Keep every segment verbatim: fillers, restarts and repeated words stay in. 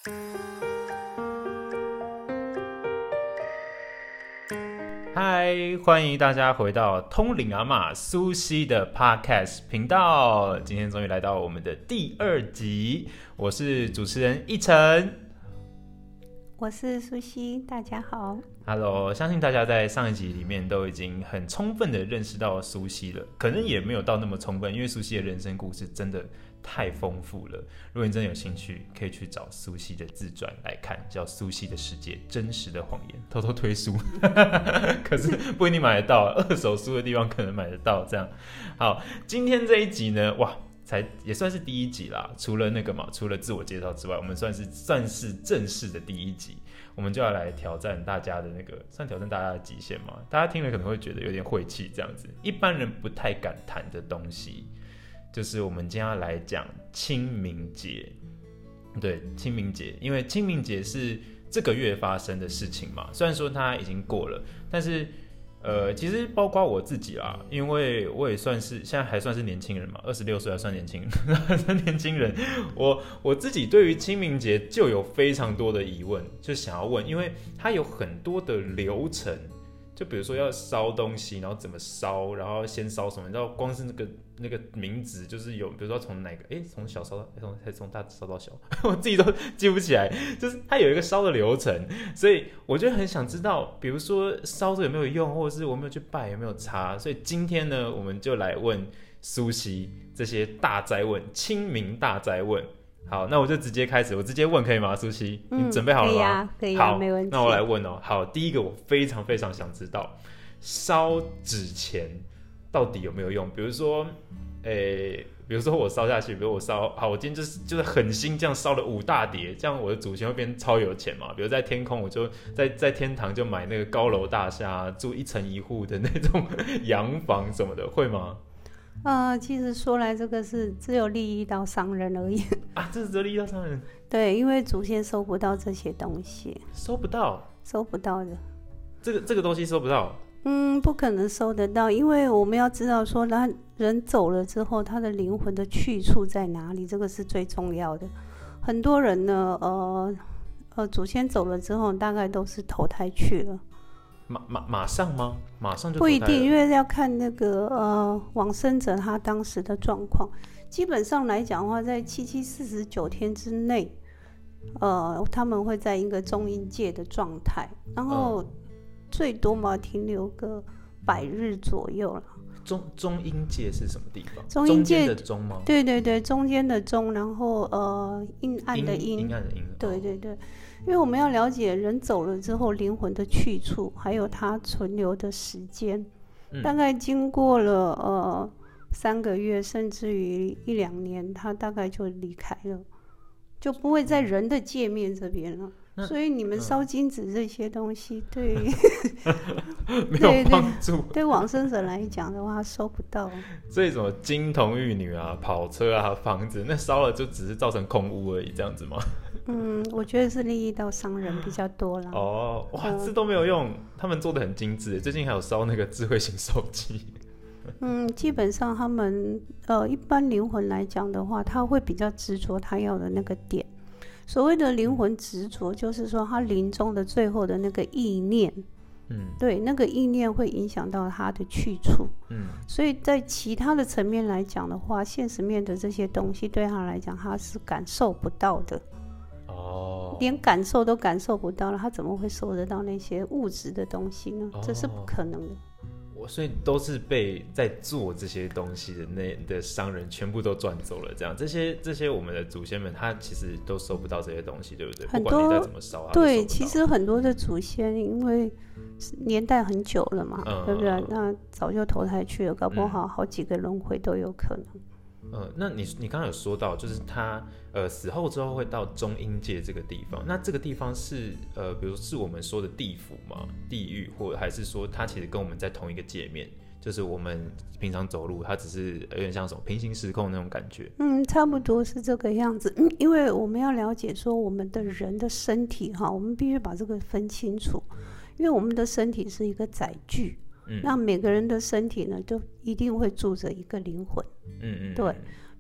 嗨，欢迎大家回到通灵阿嬷苏西的 Podcast 频道。今天终于来到我们的第二集，我是主持人一晨， 我是苏西，大家好。 Hello， 相信大家在上一集里面都已经很充分的认识到苏西了，可能也没有到那么充分，因为苏西的人生故事真的太丰富了。如果你真的有兴趣，可以去找苏西的自传来看，叫《苏西的世界：真实的谎言》，偷偷推书，可是不一定买得到，二手书的地方可能买得到。这样，好，今天这一集呢，哇！才也算是第一集啦，除了那个嘛，除了自我介绍之外，我们算是算是正式的第一集，我们就要来挑战大家的那个，算挑战大家的极限嘛。大家听了可能会觉得有点晦气，这样子，一般人不太敢谈的东西，就是我们今天要来讲清明节。对，清明节，因为清明节是这个月发生的事情嘛，虽然说它已经过了，但是。呃，其实包括我自己啦，因为我也算是现在还算是年轻人嘛，二十六岁还算年轻人，还算年轻人。我我自己对于清明节就有非常多的疑问，就想要问，因为它有很多的流程，就比如说要烧东西，然后怎么烧，然后先烧什么，你知道，光是那个那个名字就是有，比如说从哪个，哎，从小烧到从还从大烧到小，我自己都记不起来，就是它有一个烧的流程，所以我就很想知道，比如说烧这有没有用，或者是我没有去拜有没有差，所以今天呢，我们就来问苏西这些大哉问，清明大哉问。好，那我就直接开始，我直接问可以吗？苏西，嗯、你准备好了吗？ 可以啊，可以啊， 好， 没问题。 那我来问哦。好，第一个我非常非常想知道，烧纸钱到底有没有用？比如说，诶，比如说我烧下去，比如我烧，好，我今天就是就是狠心这样烧了五大叠，这样我的祖先会变超有钱嘛？比如在天空，我就在在天堂就买那个高楼大厦，住一层一户的那种洋房什么的，会吗？ 呃，其实说来这个是只有利益到商人而已啊，这是只有利益到商人。 对，因为祖先收不到这些东西， 收不到， 收不到的。 这个这个东西收不到。 嗯，不可能收得到，因为我们要知道说，他人走了之后，他的灵魂的去处在哪里，这个是最重要的。很多人呢，呃呃，祖先走了之后，大概都是投胎去了。 马马马上吗？马上就投胎了？ 不一定，因为要看那个呃往生者他当时的状况。基本上来讲的话，在七七四十九天之内，呃，他们会在一个中阴界的状态，然后最多嘛停留个百日左右了。 中中阴界是什么地方？ 中阴界的中吗？ 对对对，中间的中，然后呃阴暗的阴， 阴暗的阴。 对对对。因为我们要了解人走了之后灵魂的去处，还有他存留的时间、嗯，大概经过了呃三个月，甚至于一两年，他大概就离开了，就不会在人的界面这边了。所以你们烧金纸这些东西，嗯、对没有帮助。 对, 对往生者来讲的话，收不到。 所以什么金童玉女啊、跑车啊、房子，那烧了就只是造成空污而已，这样子吗？ 嗯，我觉得是利益到商人比较多啦。 哦，哇，这都没有用，嗯、他们做的很精致。最近还有烧那个智慧型手机。 嗯，基本上他们呃，一般灵魂来讲的话，他会比较执着他要的那个点。所谓的灵魂执着，就是说他临终的最后的那个意念。嗯，对，那个意念会影响到他的去处。嗯，所以在其他的层面来讲的话，现实面的这些东西对他来讲，他是感受不到的。哦，连感受都感受不到了，他怎么会收得到那些物质的东西呢？哦、这是不可能的。 我所以都是被在做这些东西的那的商人全部都赚走了，这样这些这些我们的祖先们，他其实都收不到这些东西，对不对？ 很多， 不管你再怎么烧， 对，其实很多的祖先因为年代很久了嘛，嗯、对不对？那早就投胎去了，搞不好好几个轮回都有可能。 呃，那你你刚刚有说到，就是他呃死后之后会到中阴界这个地方，那这个地方是呃，比如是我们说的地府吗？地狱，或者还是说它其实跟我们在同一个界面？就是我们平常走路，它只是有点像什么平行时空那种感觉。 嗯，差不多是这个样子。嗯，因为我们要了解说我们的人的身体哈，我们必须把这个分清楚，因为我们的身体是一个载具。嗯，那每个人的身体呢，都一定会住着一个灵魂。嗯嗯，对，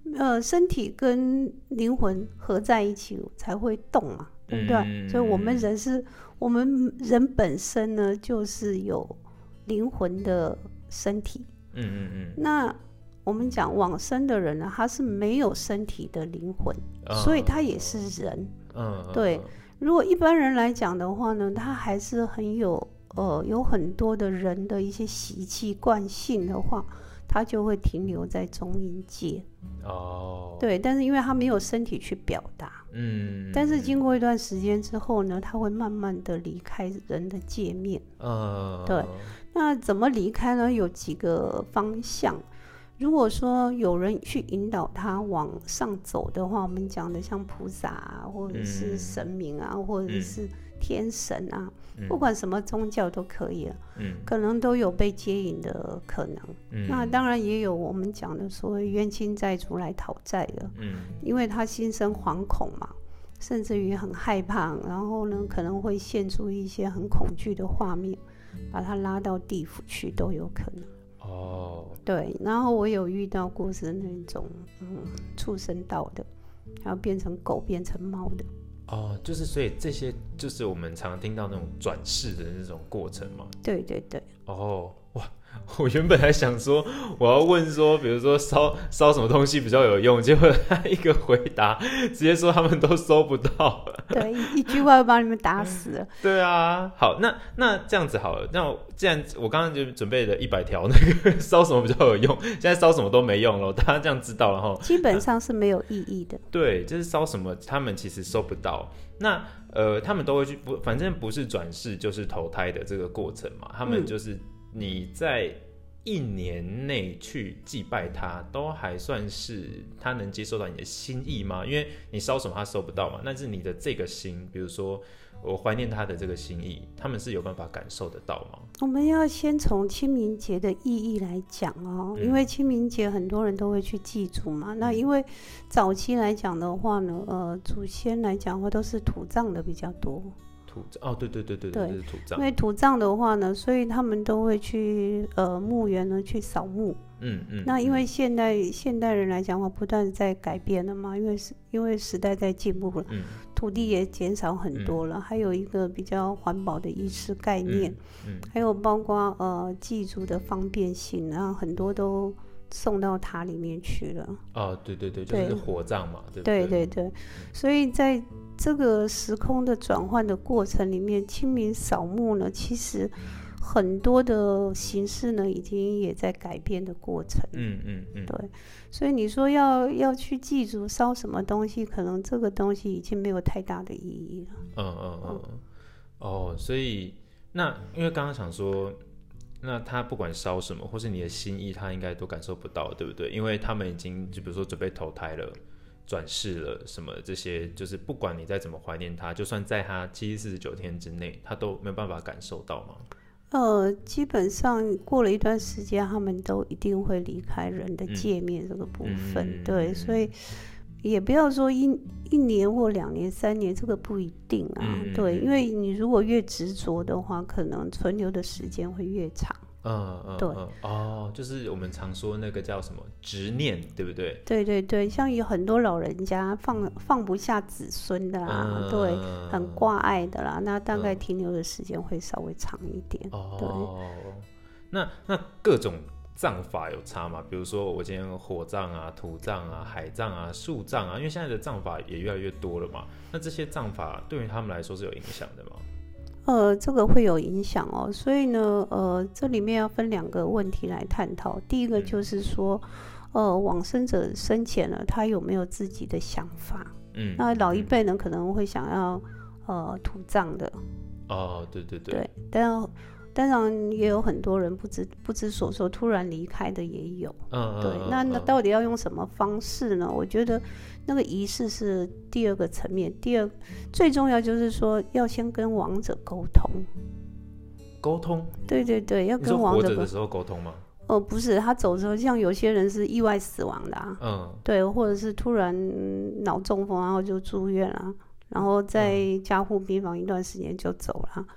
呃，身体跟灵魂合在一起才会动嘛，对不对？嗯、所以我们人是，我们人本身呢，就是有灵魂的身体。嗯嗯嗯。那我们讲往生的人呢，他是没有身体的灵魂，哦、所以他也是人。嗯，对。如果一般人来讲的话呢，他还是很有呃有很多的人的一些习气惯性的话，他就会停留在中阴界。哦，对，但是因为他没有身体去表达，嗯，但是经过一段时间之后呢，他会慢慢的离开人的界面。嗯，对。那怎么离开呢？有几个方向。如果说有人去引导他往上走的话，我们讲的像菩萨啊，或者是神明啊，嗯、或者是天神啊，嗯、不管什么宗教都可以了，嗯、可能都有被接引的可能。嗯、那当然也有我们讲的所谓冤亲债主来讨债的，嗯、因为他心生惶恐嘛，甚至于很害怕，然后呢可能会现出一些很恐惧的画面，把他拉到地府去都有可能。哦，对，然后我有遇到过是那种嗯畜生道的，然后变成狗变成猫的。 哦，就是所以这些就是我们常听到那种转世的那种过程嘛。 对对对。 哦，哇，我原本还想说我要问说，比如说烧烧什么东西比较有用，结果他一个回答直接说他们都收不到。 对，一句话就把你们打死了。 对啊，好，那那这样子好了，那既然我刚刚就准备了一百条那个烧什么比较有用，现在烧什么都没用了，大家这样知道了齁。 基本上是没有意义的。 对，就是烧什么他们其实收不到。那呃，他们都会去不，反正不是转世就是投胎的这个过程嘛，他们就是你在一年内去祭拜他，都还算是他能接受到你的心意吗？因为你烧什么他收不到嘛，但是你的这个心，比如说我怀念他的这个心意，他们是有办法感受得到吗？ 我们要先从清明节的意义来讲哦，嗯、因为清明节很多人都会去祭祖嘛。嗯、那因为早期来讲的话呢，呃，祖先来讲的话都是土葬的比较多。 土葬哦，对对对对对，是土葬。 因为土葬的话呢，所以他们都会去呃墓园呢去扫墓。嗯嗯。那因为现代现代人来讲的话，不断在改变了嘛，因为是因为时代在进步了，嗯、土地也减少很多了，嗯、还有一个比较环保的仪式概念，嗯嗯、还有包括呃祭祖的方便性，然后很多都送到塔里面去了。 哦，对对对，就是火葬嘛，对不对？对对对，所以在这个时空的转换的过程里面，清明扫墓呢，其实很多的形式呢，已经也在改变的过程。嗯嗯嗯，对。所以你说要要去祭祖烧什么东西，可能这个东西已经没有太大的意义了。 嗯嗯嗯。嗯哦，所以那因为刚刚想说，那他不管烧什么，或是你的心意，他应该都感受不到，对不对？因为他们已经就比如说准备投胎了。转世了什么这些，就是不管你再怎么怀念他，就算在他七四十九天之内，他都没有办法感受到吗？ 呃，基本上过了一段时间，他们都一定会离开人的界面这个部分。嗯、对，所以也不要说一一年或两年、三年，这个不一定啊。嗯、对，因为你如果越执着的话，可能存留的时间会越长。 嗯嗯， 对哦，就是我们常说那个叫什么执念，对不对？ 对对对，像有很多老人家放放不下子孙的啦，嗯、对，很挂碍的啦，那大概停留的时间会稍微长一点。哦， 对，那那各种葬法有差吗？比如说我今天火葬啊、土葬啊、海葬啊、树葬啊，因为现在的葬法也越来越多了嘛，那这些葬法对于他们来说是有影响的吗？ 呃，这个会有影响哦，所以呢，呃，这里面要分两个问题来探讨。第一个就是说，呃，往生者生前呢，他有没有自己的想法？嗯，那老一辈呢可能会想要呃土葬的。 哦，对对对。 对，但当然也有很多人不知不知所措，突然离开的也有。嗯，对，嗯、那那到底要用什么方式呢？我觉得那个仪式是第二个层面，第二最重要就是说要先跟亡者沟通。 沟通？ 对对对，要跟亡者。 你说活着的时候沟通吗？ 哦，不是，他走之后，像有些人是意外死亡的啊，嗯，对，或者是突然脑中风，然后就住院了，然后在加护病房一段时间就走了。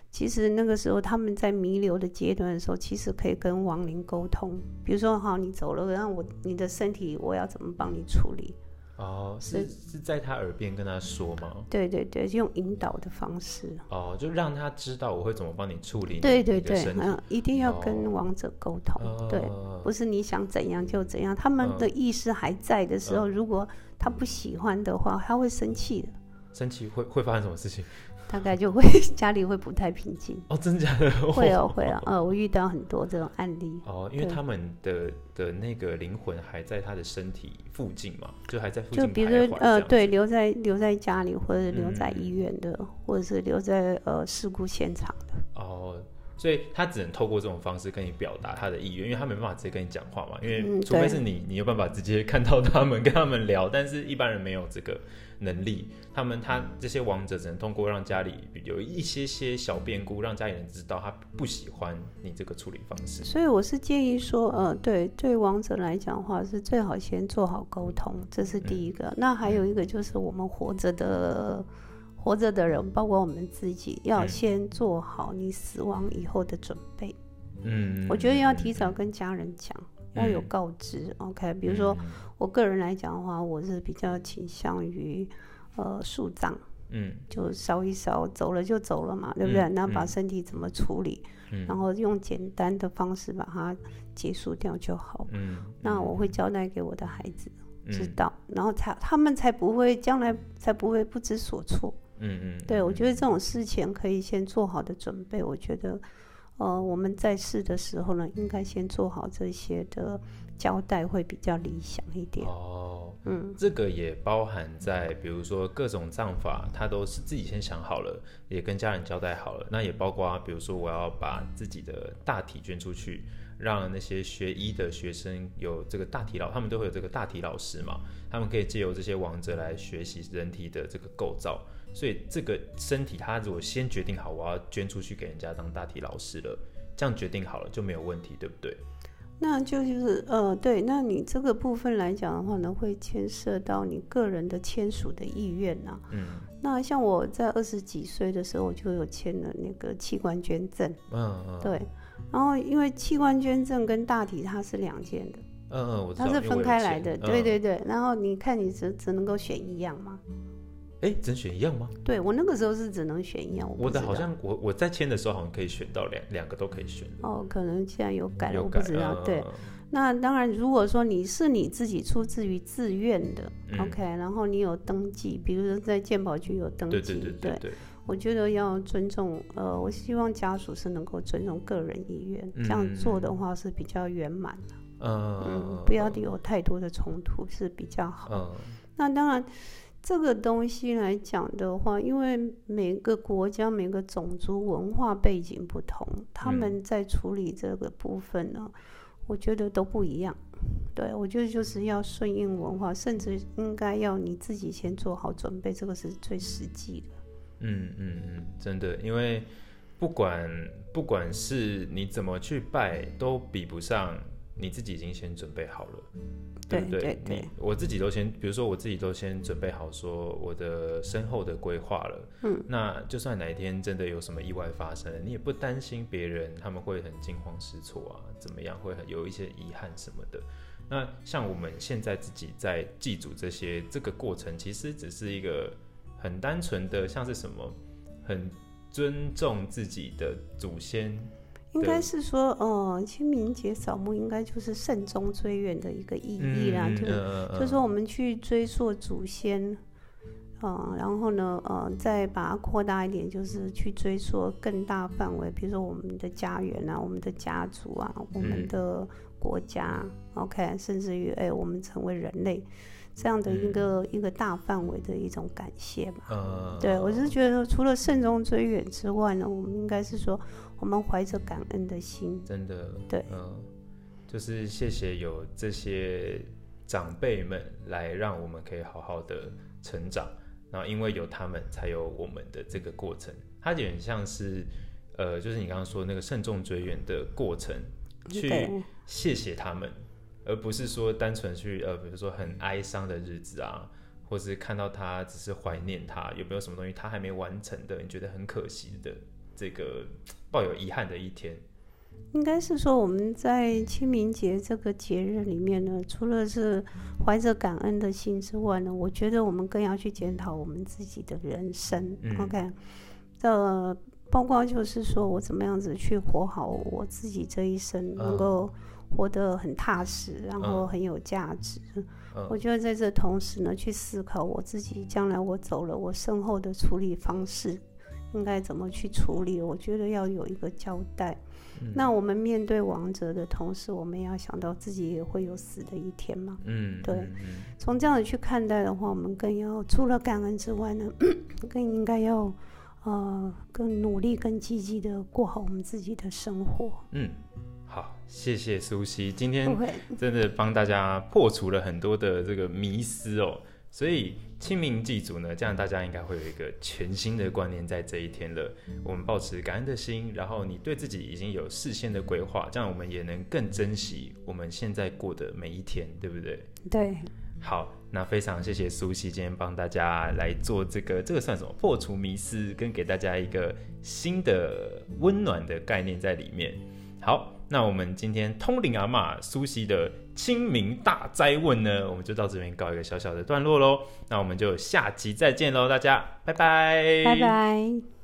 其实那个时候他们在弥留的阶段的时候，其实可以跟亡灵沟通，比如说好，你走了，然后我你的身体我要怎么帮你处理。 哦，是是在他耳边跟他说吗？ 对对对，用引导的方式。 哦，就让他知道我会怎么帮你处理你对对对， 你的身体。 嗯，一定要跟亡者沟通。哦、对，不是你想怎样就怎样。他们的意识还在的时候，嗯、如果他不喜欢的话，他会生气的。 生气会会发生什么事情？ 大概就会家里会不太平静。 哦，真的假的？ 会哦会哦，呃，我遇到很多这种案例。 哦，因为他们的的那个灵魂还在他的身体附近嘛，就还在附近徘徊。 就比如说呃，对，留在留在家里，或者是留在医院的，嗯、或者是留在呃事故现场的。 哦。所以他只能透过这种方式跟你表达他的意愿，因为他没办法直接跟你讲话嘛，因为除非是你，你有办法直接看到他们跟他们聊，但是一般人没有这个能力。他们他这些亡者只能通过让家里有一些些小变故，让家里人知道他不喜欢你这个处理方式。 所以我是建议说，呃，对对亡者来讲的话，是最好先做好沟通，这是第一个。嗯、那还有一个就是我们活着的。活着的人，包括我们自己，要先做好你死亡以后的准备。嗯，我觉得要提早跟家人讲，嗯、要有告知。OK， 比如说、嗯、我个人来讲的话，我是比较倾向于呃树葬，嗯，就烧一烧，走了就走了嘛，对不对？嗯、那把身体怎么处理，嗯、然后用简单的方式把它结束掉就好。嗯，那我会交代给我的孩子知道，嗯、然后才他们才不会将来才不会不知所措。嗯嗯，对，我觉得这种事前可以先做好的准备。我觉得，呃，我们在世的时候呢，应该先做好这些的交代，会比较理想一点。 哦，嗯，这个也包含在，比如说各种葬法，他都是自己先想好了，也跟家人交代好了。那也包括，比如说我要把自己的大体捐出去，让那些学医的学生有这个大体老，他们都会有这个大体老师嘛，他们可以借由这些亡者来学习人体的这个构造。所以这个身体，他如果先决定好我要捐出去给人家当大体老师了，这样决定好了就没有问题，对不对？ 那就是呃，对，那你这个部分来讲的话呢，会牵涉到你个人的签署的意愿啊。嗯。那像我在二十几岁的时候，我就有签了那个器官捐赠。嗯嗯。对。然后因为器官捐赠跟大体它是两件的。 嗯嗯，我知道。 它是分开来的，对对对。然后你看，你只只能够选一样吗？ 哎，只能选一样吗？ 对，我那个时候是只能选一样。我, 我的好像我我在签的时候好像可以选到两两个都可以选。 哦，可能现在有改了，我不知道。嗯、对，那当然，如果说你是你自己出自于自愿的、嗯、，OK， 然后你有登记，比如说在健保局有登记， 对对对 对, 对, 对， 我觉得要尊重。呃，我希望家属是能够尊重个人意愿，嗯、这样做的话是比较圆满的。嗯, 嗯，不要有太多的冲突是比较好。嗯，那当然。这个东西来讲的话，因为每个国家、每个种族文化背景不同，他们在处理这个部分呢，嗯、我觉得都不一样。对，我觉得就是要顺应文化，甚至应该要你自己先做好准备，这个是最实际的。 嗯嗯嗯，真的，因为不管不管是你怎么去拜，都比不上你自己已经先准备好了。对不 对, 对, 对, 对你我自己都先，比如说我自己都先准备好，说我的身后的规划了。嗯，那就算哪一天真的有什么意外发生，你也不担心别人他们会很惊慌失措啊，怎么样会很有一些遗憾什么的。那像我们现在自己在祭祖这些，这个过程其实只是一个很单纯的，像是什么很尊重自己的祖先。 应该是说，呃，清明节扫墓应该就是慎终追远的一个意义啦，嗯、就是、呃、就是说我们去追溯祖先，呃，然后呢，呃，再把它扩大一点，就是去追溯更大范围，比如说我们的家园啊，我们的家族啊，我们的国家、嗯、，OK， 甚至于，哎，我们成为人类。这样的一个、嗯、一个大范围的一种感谢吧。呃、对，我是觉得除了慎终追远之外呢，我们应该是说，我们怀着感恩的心。 真的， 对， 嗯、呃，就是谢谢有这些长辈们来让我们可以好好的成长，然后因为有他们，才有我们的这个过程。它有点像是，呃，就是你刚刚说那个慎终追远的过程，去谢谢他们。而不是说单纯去呃，比如说很哀伤的日子啊，或是看到他只是怀念他有没有什么东西他还没完成的，你觉得很可惜的这个抱有遗憾的一天？ 应该是说我们在清明节这个节日里面呢，除了是怀着感恩的心之外呢，我觉得我们更要去检讨我们自己的人生。嗯、OK， 呃，包括就是说我怎么样子去活好我自己这一生，能够活得很踏实，然后很有价值。嗯嗯、我觉得在这同时呢，去思考我自己将来我走了，我身后的处理方式应该怎么去处理，我觉得要有一个交代。嗯、那我们面对亡者的同时，我们也要想到自己也会有死的一天嘛。嗯，对。从、嗯、这样子去看待的话，我们更要除了感恩之外呢，更应该要呃更努力、更积极的过好我们自己的生活。嗯。 好，谢谢苏西，今天真的帮大家破除了很多的这个迷思哦。所以清明祭祖呢，这样大家应该会有一个全新的观念在这一天了。我们抱持感恩的心，然后你对自己已经有事先的规划，这样我们也能更珍惜我们现在过的每一天，对不对？ 对。 好，那非常谢谢苏西今天帮大家来做这个，这个算什么？破除迷思，跟给大家一个新的温暖的概念在里面。好，那我们今天通灵阿嬷苏西的清明大灾问呢，我们就到这边告一个小小的段落咯。那我们就下集再见咯，大家拜拜， 拜拜。